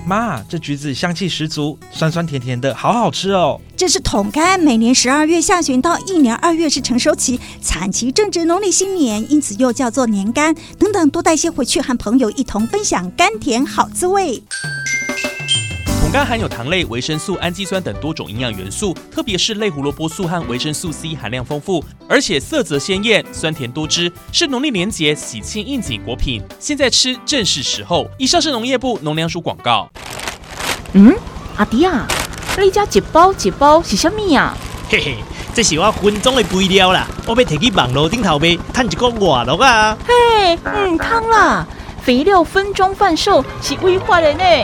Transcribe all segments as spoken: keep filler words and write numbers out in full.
妈，这橘子香气十足，酸酸甜甜的，好好吃哦。 这是桶柑，每年十二月下旬到一年二月是成熟期，产期正值农历新年，因此又叫做年柑。等等，多带些回去和朋友一同分享甘甜好滋味。 桶柑含有糖类、维生素、氨基酸等多种营养元素，特别是类胡萝卜素和维生素 C 含量丰富，而且色泽鲜艳，酸甜多汁，是农历年节喜庆应景果品。现在吃正是时候。以上是农业部农粮署广告。 嗯，阿弟啊，你这一包一包是什么啊？ 嘿嘿，这是我分装的肥料啦，我要摕去网络顶头卖，赚一个外乐啊。 嘿，唔通啦，肥料分装贩售是违法的呢。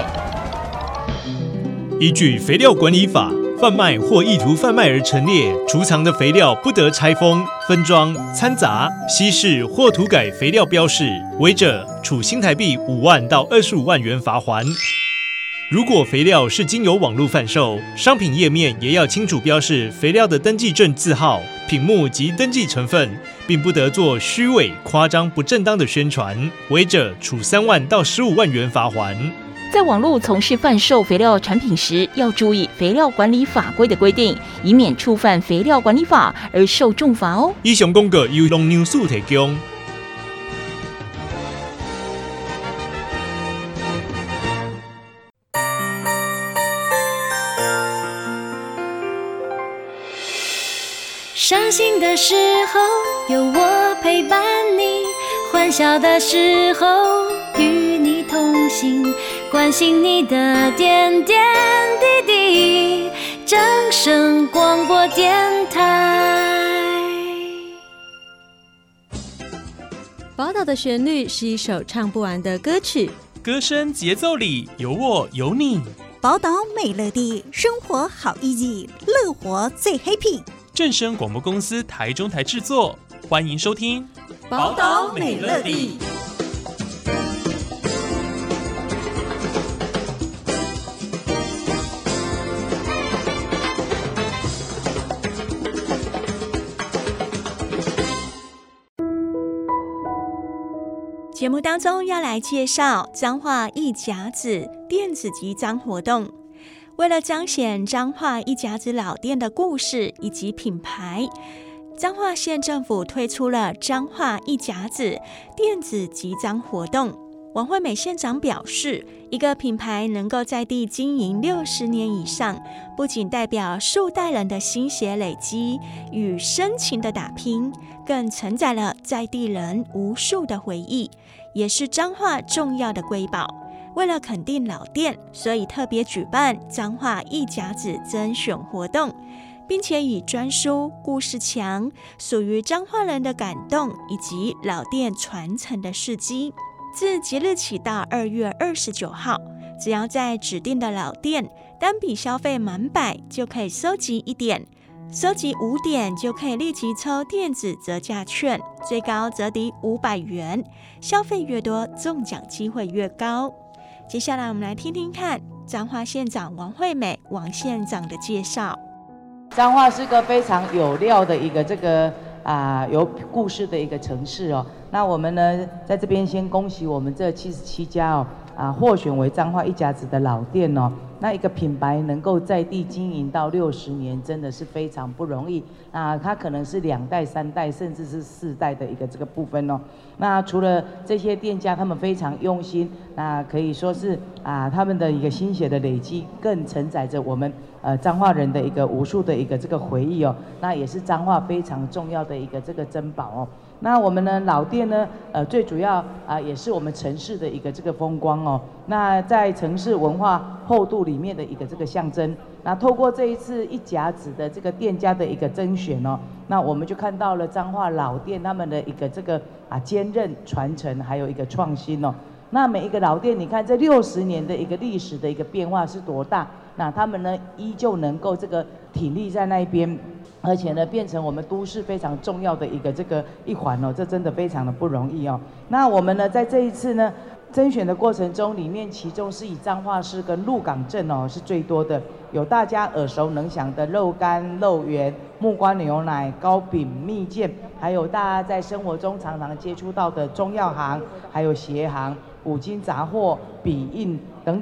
依据肥料管理法，贩卖或意图贩卖而陈列、储藏的肥料不得拆封、分装、掺杂、稀释或涂改肥料标示，违者处新台币五万到二十五万元罚锾。如果肥料是经由网络贩售，商品页面也要清楚标示肥料的登记证字号、品目及登记成分，并不得做虚伪、夸张、不正当的宣传，违者处三万到十五万元罚锾。 在网络从事贩售肥料产品时，要注意肥料管理法规的规定，以免触犯肥料管理法而受重罚哦。 以上广告由农粮署提供。 伤心的时候有我陪伴你，欢笑的时候与你同行，关心你的点点滴滴。正声广播电台。 宝岛的旋律是一首唱不完的歌曲， 歌声节奏里有我有你。 宝岛美乐地，生活好 easy， 乐活最 happy。 正声广播公司台中台制作，欢迎收听宝岛美乐地。 节目当中要来介绍彰化一甲子电子集章活动。为了彰显彰化一甲子老店的故事以及品牌，彰化县政府推出了彰化一甲子电子集章活动。王惠美县长表示，一个品牌能够在地经营六十年以上，不仅代表数代人的心血累积与深情的打拼，更承载了在地人无数的回忆，也是彰化重要的瑰宝。为了肯定老店，所以特别举办彰化一甲子甄选活动，并且以专书故事墙、属于彰化人的感动以及老店传承的事迹。自即日起到二月二十九号，只要在指定的老店单笔消费满百，就可以收集一点，收集五点就可以立即抽电子折价券，最高折抵五百元，消费越多，中奖机会越高。接下来我们来听听看彰化县长王惠美王县长的介绍。 彰化是个非常有料的一个这个啊、呃、有故事的一个城市哦。那我们呢在这边先恭喜我们这七十七家哦啊获选为彰化一甲子的老店哦。那一个品牌能够在地经营到六十年，真的是非常不容易。那它可能是两代、三代，甚至是四代的一个这个部分哦。那除了这些店家，他们非常用心，那可以说是啊，他们的一个心血的累积，更承载着我们呃彰化人的一个无数的一个这个回忆哦。那也是彰化非常重要的一个这个珍宝哦。那我们呢老店呢，呃最主要啊、呃、也是我们城市的一个这个风光哦。那在城市文化厚度里面的一个这个象征。那透过这一次一甲子的这个店家的一个甄选哦，那我们就看到了彰化老店他们的一个这个啊坚韧传承，还有一个创新哦。那每一个老店，你看这六十年的一个历史的一个变化是多大？那他们呢依旧能够这个挺立在那一边。而且呢，变成我们都市非常重要的一个这个一环哦，这真的非常的不容易哦。那我们呢，在这一次呢甄选的过程中，里面其中是以彰化市跟鹿港镇哦是最多的，有大家耳熟能详的肉干、肉圆、木瓜牛奶、糕饼、蜜饯，还有大家在生活中常常接触到的中药行，还有鞋行、五金杂货、笔印等等。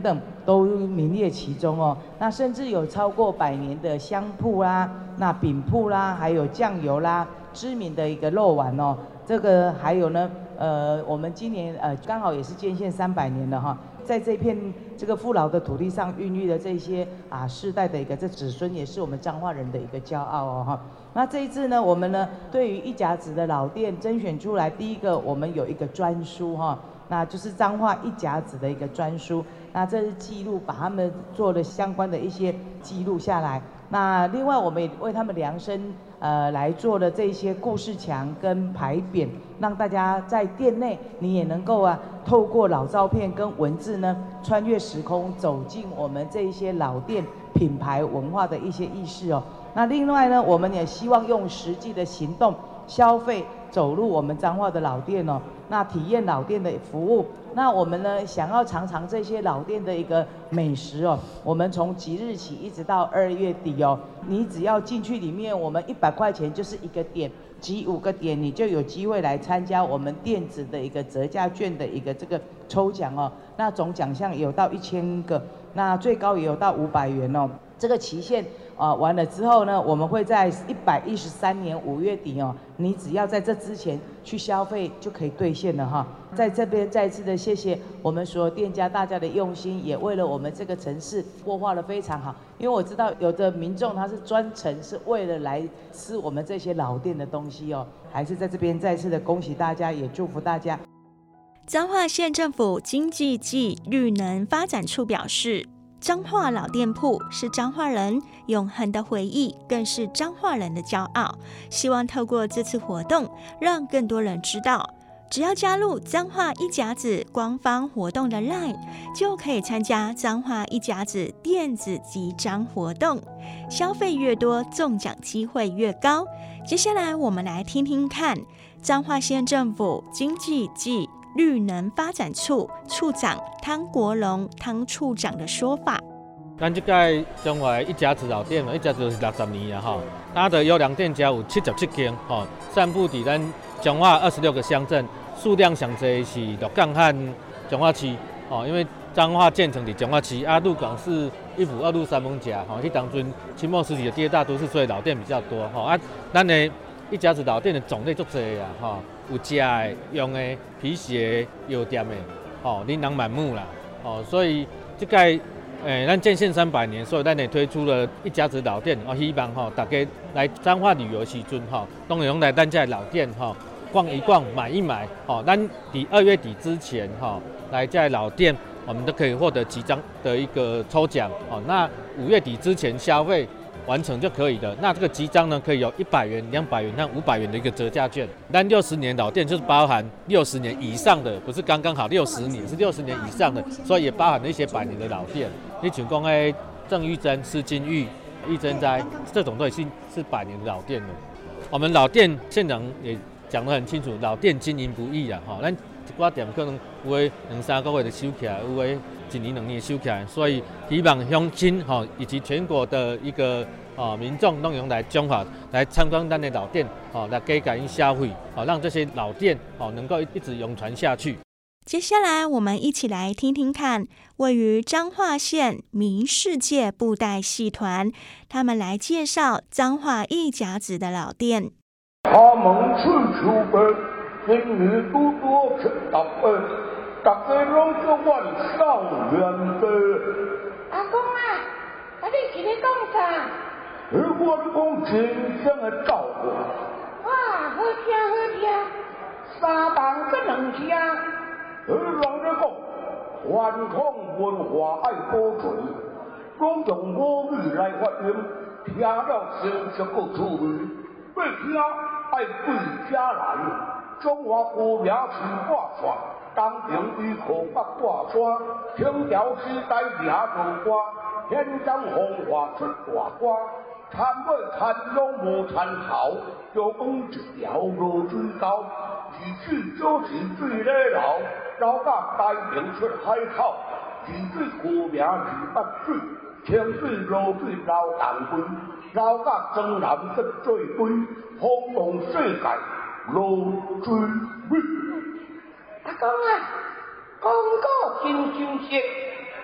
都名列其中哦。那甚至有超过百年的香铺啦、那饼铺啦，还有酱油啦，知名的一个肉丸哦。这个还有呢，呃，我们今年呃刚好也是建县三百年了哈。在这片这个富饶的土地上孕育的这些啊世代的一个这子孙，也是我们彰化人的一个骄傲哦哈。那这一次呢，我们呢对于一甲子的老店甄选出来，第一个我们有一个专书哈，那就是彰化一甲子的一个专书。那这是记录，把他们做了相关的一些记录下来。那另外我们也为他们量身呃来做的这些故事墙跟牌匾，让大家在店内你也能够啊透过老照片跟文字呢，穿越时空走进我们这一些老店品牌文化的一些意识哦。那另外呢，我们也希望用实际的行动消费走入我们彰化的老店哦，那体验老店的服务。那我们呢，想要尝尝这些老店的一个美食哦。我们从即日起一直到二月底哦，你只要进去里面，我们一百块钱就是一个点，集五个点，你就有机会来参加我们电子的一个折价券的一个这个抽奖哦。那总奖项有到一千个，那最高也有到五百元哦。这个期限啊、呃、完了之后呢，我们会在一百一十三年五月底哦，你只要在这之前去消费就可以兑现了哈。在这边再次的谢谢我们所有店家大家的用心，也为了我们这个城市擘画得非常好。因为我知道有的民众他是专程是为了来吃我们这些老店的东西哦，还是在这边再次的恭喜大家，也祝福大家。 彰化县政府经济暨绿能发展处表示，彰化老店铺是彰化人永恒的回忆，更是彰化人的骄傲。希望透过这次活动，让更多人知道，只要加入彰化一甲子官方活动的 LINE， 就可以参加彰化一甲子电子集章活动，消费越多，中奖机会越高。接下来我们来听听看彰化县政府经济暨绿能发展处处长汤国龙汤处长的说法。 咱这届彰化一甲子老店嘛，一甲子就是六十年啊哈，它的优良店家有七十七间哈，散布伫咱彰化二十六个乡镇，数量上侪是鹿港和彰化区哦，因为彰化建成伫彰化区，啊，鹿港是一府二鹿三艋甲哈，迄当阵清末时期的第二大都市，所以老店比较多哈啊，咱的一甲子老店的种类足侪啊哈。有食的、用的、皮鞋、药店的，哦，琳琅满目啦，哦，所以这届诶，咱建县三百年，所以咱也推出了一甲子老店，哦，希望吼大家来彰化旅游时阵，吼，都能来咱这老店，吼，逛一逛、买一买，哦，咱伫二月底之前，吼，来这老店，我们都可以获得几张的一个抽奖，哦，那五月底之前消费完成就可以的。那这个集章呢，可以有一百元、两百元和五百元的一个折价券。但六十年老店就是包含六十年以上的，不是刚刚好六十年，是六十年以上的，所以也包含了一些百年的老店。你像讲诶，郑玉珍、施金玉、玉珍斋这种都已经是百年的老店了。我们老店县长也讲得很清楚，老店经营不易啊，哈，咱一寡店可能有诶两三个月就收起来，有诶一年两年收起来，所以希望乡亲哈以及全国的一个啊民众都用来彰化来参观咱的老店，哦，来给感应消费，哦，让这些老店哦能够一直永传下去。 接下来，我们一起来听听看，位于彰化县民世界布袋戏团，他们来介绍彰化一甲子的老店。 他们去求本，今日多多吃大饭，大家拢做万少元的。 阿公啊，啊你是咧讲啥？ 我讲真正的道理。 哇，好听好听，三档跟两声。 而人咧讲，传统文化爱保存，拢用母语来发音，听了真实个趣味。要听爱对家来，中华古名词挂串，当庭依靠北挂山，清朝时代名做歌，现将风华出大歌。参尾参拢无参头，就讲一条落水沟，自水早是水咧流，流到台平出海口，自水古名二八水，清水落水流淡归，流到江南得最归，轰动世界落水尾。 阿公啊，讲古真相实，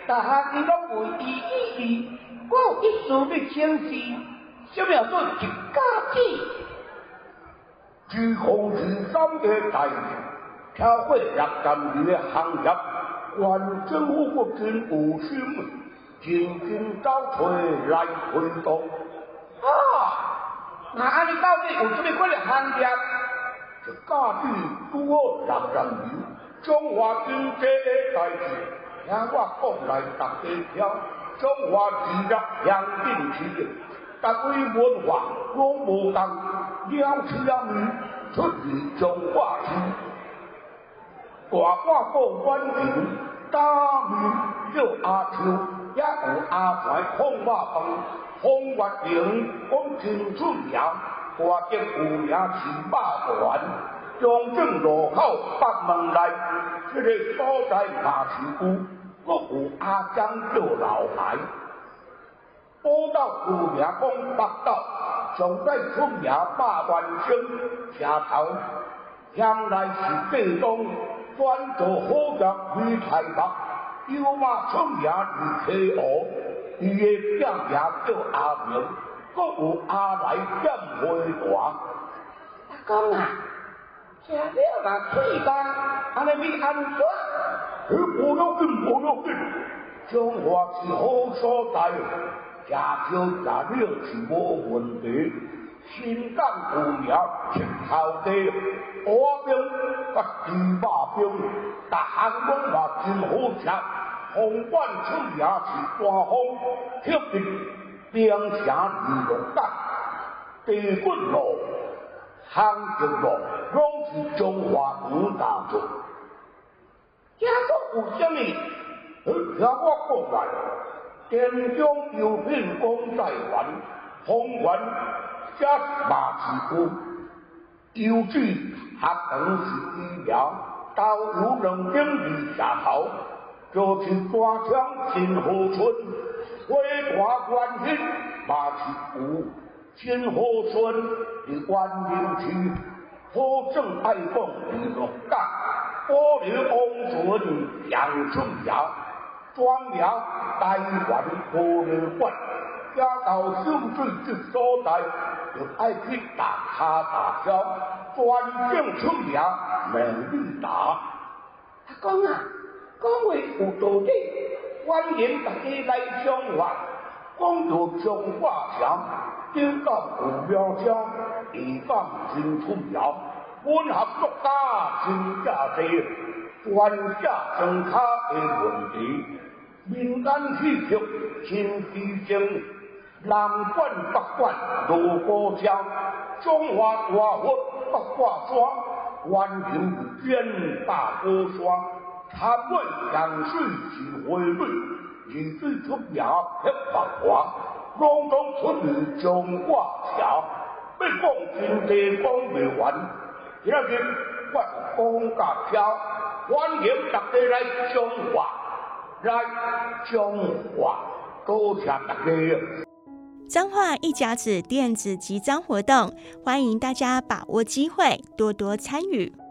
大项伊拢有意义义，我有一事要请示，什么做一家子？自红是三个大事，超过六十年的行业，县政府国真有心，认真找找来推动。啊，那安尼到底有什么款的行业？就家己拄好六十年，中华经济的代志，听我讲来大家听。中华自然乡镇企业，大家文化拢无同，了起阿面出自中华区。大半个县城，大面叫阿秋，也有阿财控肉饭，风月亭讲真出名，大吉有名是肉丸。中正路口北门内，这个所在嘛是有。我有阿江叫老牌，宝岛有名讲北岛，上在出名百万星车头，向来是地东，专做好食鱼台目，有嘛出名如溪湖，伊的店名叫阿明，佫有阿来店花大。阿公啊，食了若嘴巴，安尼你安怎？无要紧，无要紧，中华是好所在，食少食了是无问题。新港有名吃头地，蚵仔冰、甲猪肉冰，逐项拢嘛真好吃。红馆出名是大风，特别冰城二龙港、地滚路、杭州路，拢是中华五大洲。遐个有啥物？听我讲来，田中油品讲台湾，丰原这嘛是有，油脂学堂是医疗，豆油两点二下头，就是大厂真好村，花大关系嘛是有，真好村是万宁区，好正爱讲娱乐港。保留王船杨春芽，专名台湾保留馆，也到秀水这所在，就爱去大卡大桥，专正出名美丽达。阿公啊，讲话有道理，欢迎大家来相会。讲到中华城，顶港有苗条，下港真出名。本合作家真正多，专写装卡的问题，民间戏剧真非正，南管北管锣鼓敲，中华大佛八卦山，完全变大高山，潭尾洋水是花蕊，二水出名撇白花，拢拢出自中华桥，要讲真地讲袂完。今日我讲甲飘，欢迎大家来中华，来中华，多谢大家。 彰化一甲子电子集章活动，欢迎大家把握机会，多多参与。